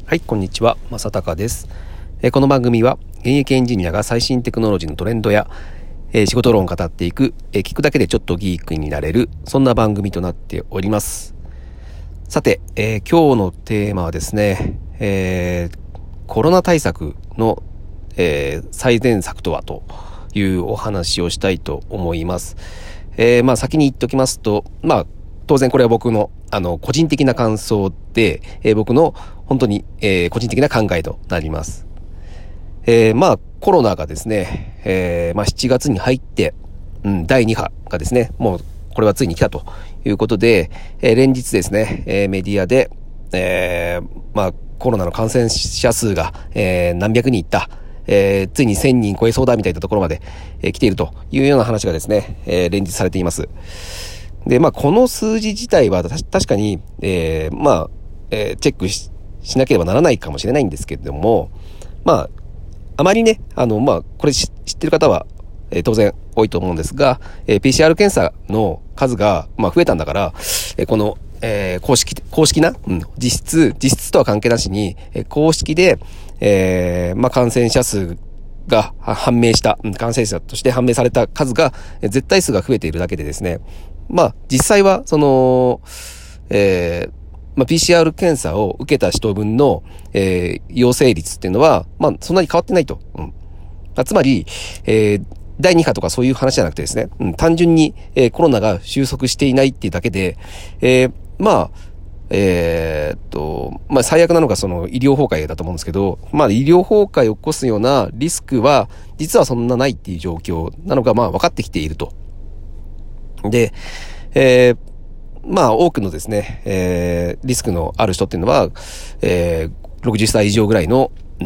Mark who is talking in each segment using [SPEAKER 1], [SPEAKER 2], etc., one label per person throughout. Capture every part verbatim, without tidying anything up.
[SPEAKER 1] はい、こんにちは、正隆です。えーこの番組は現役エンジニアが最新テクノロジーのトレンドや、えー仕事論を語っていく、えー聞くだけでちょっとギークになれる、そんな番組となっております。さて、えー今日のテーマはですね、えーコロナ対策の、えー最善策とはというお話をしたいと思います。えーまあ先に言っておきますと、まあ当然これは僕のあの個人的な感想で、えー僕の本当に、えー個人的な考えとなります。えーまあコロナがですね、えーまあしちがつに入って、うん、だいに波がですね、もうこれはついに来たということで、えー連日ですね、えーメディアで、えーまあコロナの感染者数が、えー何百人いった、えーついにせんにん超えそうだみたいなところまで、えー来ているというような話がですね、えー連日されています。で、まあ、この数字自体はた確かに、えー、まあ、えーチェックし、しなければならないかもしれないんですけれども、まあ、あまりね、あの、まあ、これ知ってる方は、えー当然多いと思うんですが、えー ピーシーアール 検査の数が、まあ、増えたんだから、えーこの、えー公式、公式な、うん、実質、実質とは関係なしに、えー公式で、えーまあ、感染者数が判明した、うん感染者として判明された数が、えー絶対数が増えているだけでですね、まあ、実際は、その、えー、まあ、ピーシーアール 検査を受けた人分の、えー、陽性率っていうのは、まあ、そんなに変わってないと。うん。あつまり、えー、だいに波とかそういう話じゃなくてですね、うん、単純に、えー、コロナが収束していないっていうだけで、えー、まあ、えーっと、まあ、最悪なのがその医療崩壊だと思うんですけど、まあ、医療崩壊を起こすようなリスクは、実はそんなないっていう状況なのが、まあ、分かってきていると。で、えー、まあ多くのですね、えー、リスクのある人っていうのは、えー、ろくじゅっさい以上ぐらいの、うん、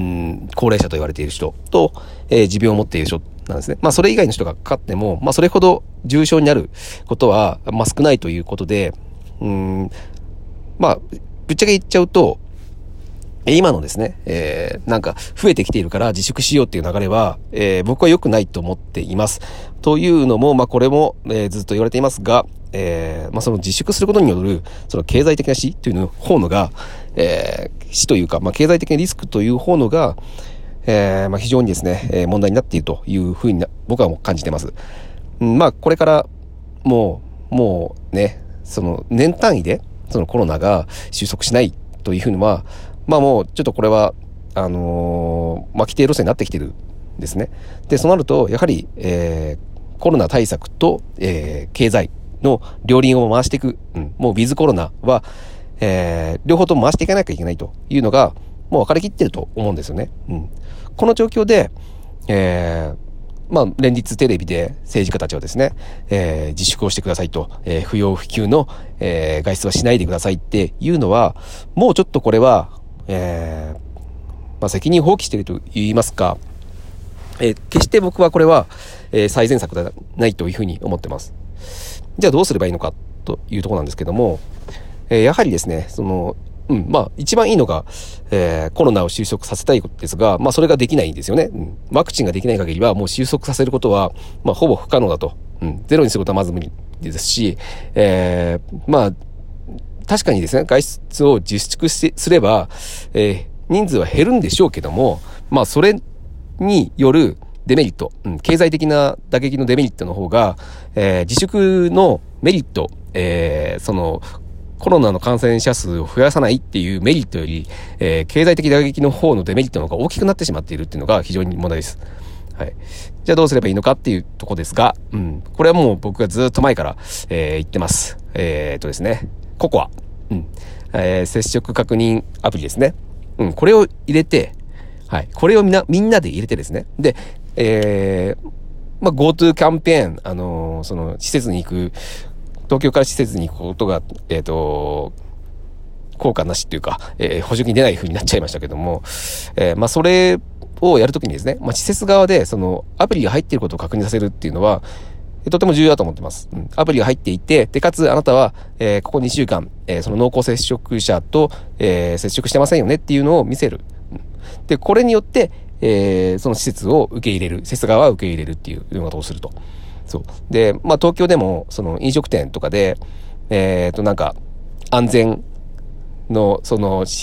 [SPEAKER 1] 高齢者と言われている人と、えー、持病を持っている人なんですね。まあそれ以外の人がかかっても、まあそれほど重症になることは、まあ少ないということで、うん、まあ、ぶっちゃけ言っちゃうと、今のですね、えー、なんか増えてきているから自粛しようっていう流れは、えー、僕は良くないと思っています。というのも、まあこれも、えー、ずっと言われていますが、えー、まあその自粛することによる、その経済的な死というの方のが、えー、死というか、まあ経済的なリスクという方のが、えー、まあ非常にですね、えー、問題になっているというふうにな、僕はもう感じています。うん、まあこれから、もう、もうね、その年単位で、そのコロナが収束しないというふうには、まあもうちょっとこれは、あのー、まあ規定路線になってきてるんですね。で、そうなると、やはり、えー、コロナ対策と、えー、経済の両輪を回していく。うん、もうウィズコロナは、えー、両方とも回していかなきゃいけないというのが、もう分かりきってると思うんですよね。うん。この状況で、えー、まあ、連日テレビで政治家たちはですね、えー、自粛をしてくださいと、えー、不要不急の、えー、外出はしないでくださいっていうのは、もうちょっとこれは、えー、まあ、責任放棄していると言いますか、えー、決して僕はこれは、えー、最善策ではないというふうに思ってます。じゃあどうすればいいのかというところなんですけども、えー、やはりですね、その、うん、まあ、一番いいのが、えー、コロナを収束させたいことですが、まあ、それができないんですよね。うん。ワクチンができない限りは、もう収束させることは、まあ、ほぼ不可能だと。うん。ゼロにすることはまず無理ですし、えー、まあ、確かにですね、外出を自粛すれば、えー、人数は減るんでしょうけども、まあ、それによるデメリット、うん、経済的な打撃のデメリットの方が、えー、自粛のメリット、えー、その、コロナの感染者数を増やさないっていうメリットより、えー、経済的打撃の方のデメリットの方が大きくなってしまっているっていうのが非常に問題です。はい。じゃあどうすればいいのかっていうとこですが、うん。これはもう僕がずっと前から、えー、言ってます。えー、っとですね。ココア。うん。えー、接触確認アプリですね。うん。これを入れて、はい。これをみんな、みんなで入れてですね。で、えー、まあ、GoTo キャンペーン、あのー、その、施設に行く、東京から施設に行くことが、えっと、効果なしっていうか、えー、補助金出ない風になっちゃいましたけども、えー、まあ、それをやるときにですね、まあ、施設側で、その、アプリが入っていることを確認させるっていうのは、とても重要だと思ってます。うん、アプリが入っていて、で、かつ、あなたは、えー、ここにしゅうかん、えー、その濃厚接触者と、えー、接触してませんよねっていうのを見せる。うん、で、これによって、えー、その施設を受け入れる、施設側は受け入れるっていうようなことをすると。そう。で、まあ、東京でも、その飲食店とかで、えっと、なんか、安全の、その、し、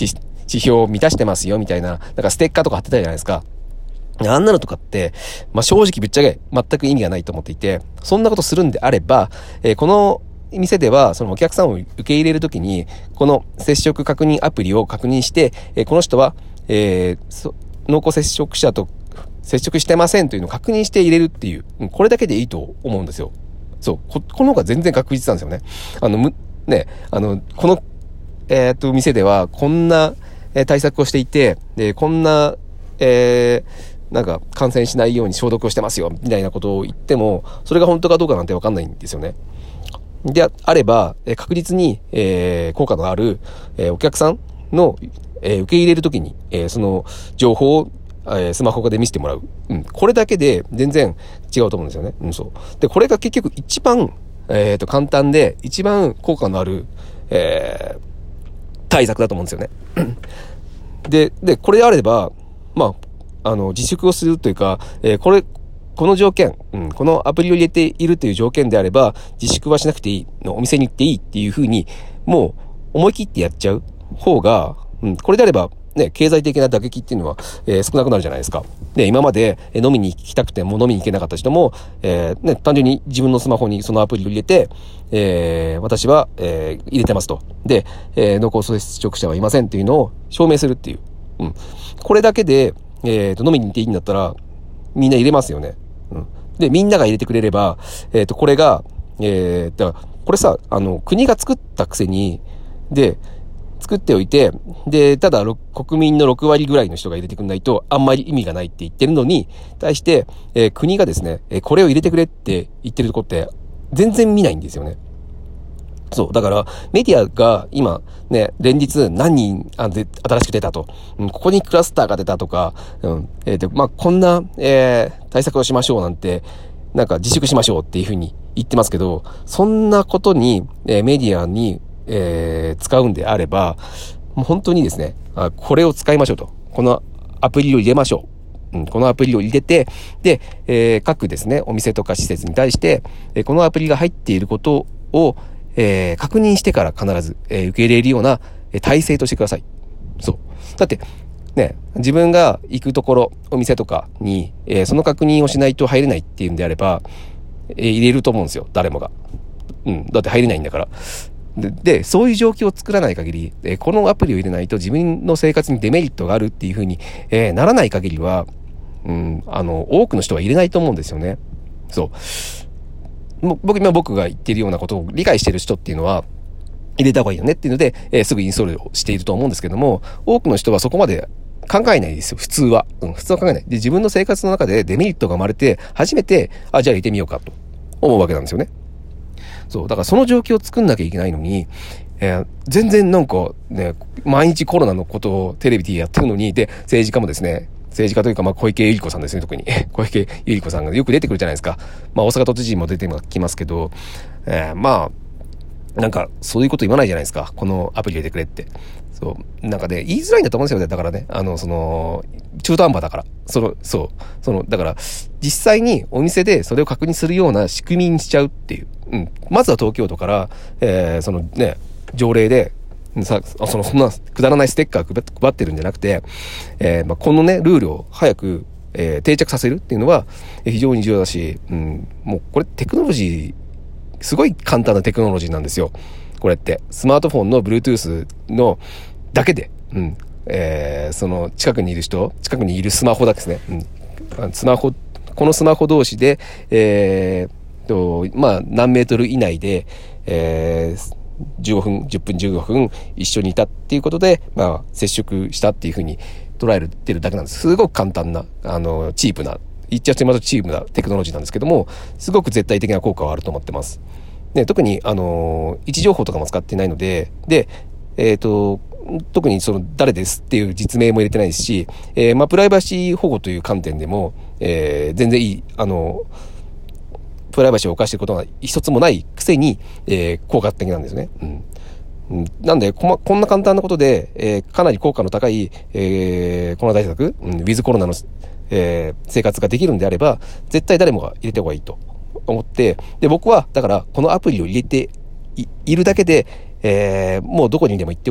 [SPEAKER 1] 指標を満たしてますよみたいな、なんかステッカーとか貼ってたじゃないですか。あんなのとかって、まあ、正直ぶっちゃけ全く意味がないと思っていて、そんなことするんであれば、えー、この店ではそのお客さんを受け入れるときに、この接触確認アプリを確認して、えー、この人は、えー、濃厚接触者と接触してませんというのを確認して入れるっていう、これだけでいいと思うんですよ。そう、こ、この方が全然確実なんですよね。あの、む、ね、あの、この、えー、っと、店ではこんな対策をしていて、で、こんな、えー、なんか感染しないように消毒をしてますよみたいなことを言っても、それが本当かどうかなんて分かんないんですよね。であれば、えー、確実に、えー、効果のある、えー、お客さんの、えー、受け入れるときに、えー、その情報を、えー、スマホで見せてもらう、うん、これだけで全然違うと思うんですよね。うん、そうでこれが結局一番、えー、と簡単で一番効果のある、えー、対策だと思うんですよね。ででこれであれば、まああの、自粛をするというか、えー、これ、この条件、うん、このアプリを入れているという条件であれば、自粛はしなくていいの、お店に行っていいっていうふうに、もう思い切ってやっちゃう方が、うん、これであれば、ね、経済的な打撃っていうのは、えー、少なくなるじゃないですか。で、今まで飲みに行きたくても飲みに行けなかった人も、えー、ね、単純に自分のスマホにそのアプリを入れて、えー、私は、えー、入れてますと。で、えー、濃厚接触者はいませんっていうのを証明するっていう。うん。これだけで、えっと、飲みに行っていいんだったら、みんな入れますよね。うん。で、みんなが入れてくれれば、えっと、これが、えー、だから、これさ、あの、国が作ったくせに、で、作っておいて、で、ただ、国民のろくわりぐらいの人が入れてくれないと、あんまり意味がないって言ってるのに、対して、えー、国がですね、えー、これを入れてくれって言ってるとこって、全然見ないんですよね。そう。だから、メディアが今、ね、連日何人、あで、新しく出たと。うん、ここにクラスターが出たとか、うん。えー、で、まあ、こんな、えー、対策をしましょうなんて、なんか自粛しましょうっていうふうに言ってますけど、そんなことに、えー、メディアに、えー、使うんであれば、もう本当にですね、あ、これを使いましょうと。このアプリを入れましょう。うん、このアプリを入れて、で、えー、各ですね、お店とか施設に対して、えー、このアプリが入っていることを、えー、確認してから必ず、えー、受け入れるような、えー、体制としてください。そう。だって、ね、自分が行くところ、お店とかに、えー、その確認をしないと入れないっていうんであれば、えー、入れると思うんですよ、誰もが。うん、だって入れないんだから。で、でそういう状況を作らない限り、えー、このアプリを入れないと自分の生活にデメリットがあるっていうふうに、えー、ならない限りは、うん、あの、多くの人は入れないと思うんですよね。そう。僕、今僕が言っているようなことを理解している人っていうのは、入れた方がいいよねっていうので、えー、すぐインストールをしていると思うんですけども、多くの人はそこまで考えないですよ、普通は。うん、普通は考えない。で、自分の生活の中でデメリットが生まれて、初めて、あ、じゃあ入れてみようかと思うわけなんですよね。そう、だからその状況を作んなきゃいけないのに、えー、全然なんかね、毎日コロナのことをテレビでやってるのに、で、政治家もですね、政治家というか、まあ、小池百合子さんですね、特に。小池百合子さんがよく出てくるじゃないですか。まあ、大阪都知事も出てきますけど、えー、まあ、なんか、そういうこと言わないじゃないですか。このアプリ入れてくれって。そう。なんかね、言いづらいんだと思うんですよね。だからね、あの、その、中途半端だから。その、そう。その、だから、実際にお店でそれを確認するような仕組みにしちゃうっていう。うん。まずは東京都から、えー、そのね、条例で、さ、その、そんな、くだらないステッカー配ってるんじゃなくて、えー、まあ、このね、ルールを早く、えー、定着させるっていうのは、非常に重要だし、うん、もう、これ、テクノロジー、すごい簡単なテクノロジーなんですよ。これって。スマートフォンの Bluetooth の、だけで、うん、えー、その、近くにいる人、近くにいるスマホだですね。うん。スマホ、このスマホ同士で、えー、と、まあ、何メートル以内で、えー、じゅうごふん、じゅっぷん、じゅうごふん一緒にいたっていうことで、まあ、接触したっていうふうに捉えてるだけなんです。すごく簡単な、あの、チープな、言っちゃってまたチープなテクノロジーなんですけども、すごく絶対的な効果はあると思ってます。で、特に、あの、位置情報とかも使ってないので、で、えっと、特にその誰ですっていう実名も入れてないですし、えー、まあ、プライバシー保護という観点でも、えー、全然いい、あの、プライバシーを犯していることが一つもないくせに、えー、効果的なんですね。うんうん、なんでこ、ま、こんな簡単なことで、えー、かなり効果の高い、えー、コロナ対策、うん、ウィズコロナの、えー、生活ができるんであれば、絶対誰もが入れた方がいいと思って、で、僕は、だから、このアプリを入れて い, いるだけで、えー、もうどこにでも行っていい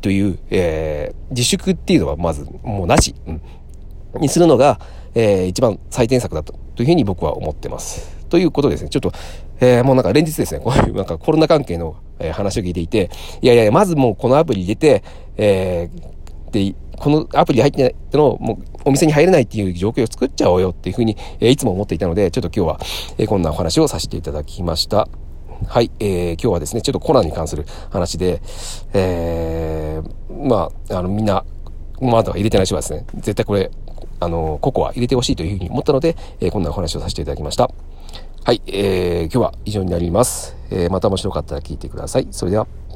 [SPEAKER 1] という、えー、自粛っていうのはまずもうなし、うん、にするのが、えー、一番最善策だとというふうに僕は思ってます。ということですね。ちょっと、えー、もうなんか連日ですね、こういうなんかコロナ関係の、えー、話を聞いていて、いやいや、まずもうこのアプリ入れて、えー、で、このアプリ入ってないのもうお店に入れないっていう状況を作っちゃおうよっていうふうに、えー、いつも思っていたので、ちょっと今日は、えー、こんなお話をさせていただきました。はい、えー、今日はですね、ちょっとコロナに関する話で、えー、まあ、あの、みんな、まだ入れてない人はですね、絶対これ、あの、ココア入れてほしいというふうに思ったので、えー、こんなお話をさせていただきました。はい、えー、今日は以上になります。えー、また面白かったら聞いてください。それでは。